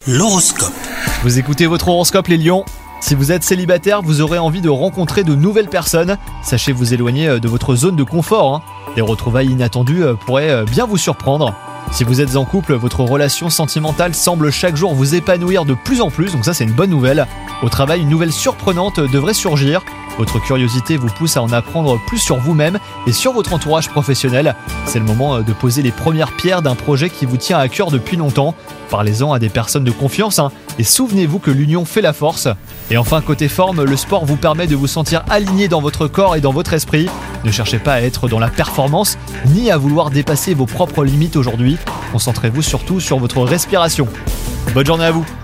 L'horoscope. Vous écoutez votre horoscope les lions. Si vous êtes célibataire, vous aurez envie de rencontrer de nouvelles personnes. Sachez vous éloigner de votre zone de confort. Des retrouvailles inattendues pourraient bien vous surprendre. Si vous êtes en couple, votre relation sentimentale semble chaque jour vous épanouir de plus en plus, donc ça c'est une bonne nouvelle. Au travail, une nouvelle surprenante devrait surgir. Votre curiosité vous pousse à en apprendre plus sur vous-même et sur votre entourage professionnel. C'est le moment de poser les premières pierres d'un projet qui vous tient à cœur depuis longtemps. Parlez-en à des personnes de confiance et souvenez-vous que l'union fait la force. Et enfin, côté forme, le sport vous permet de vous sentir aligné dans votre corps et dans votre esprit. Ne cherchez pas à être dans la performance ni à vouloir dépasser vos propres limites aujourd'hui. Concentrez-vous surtout sur votre respiration. Bonne journée à vous!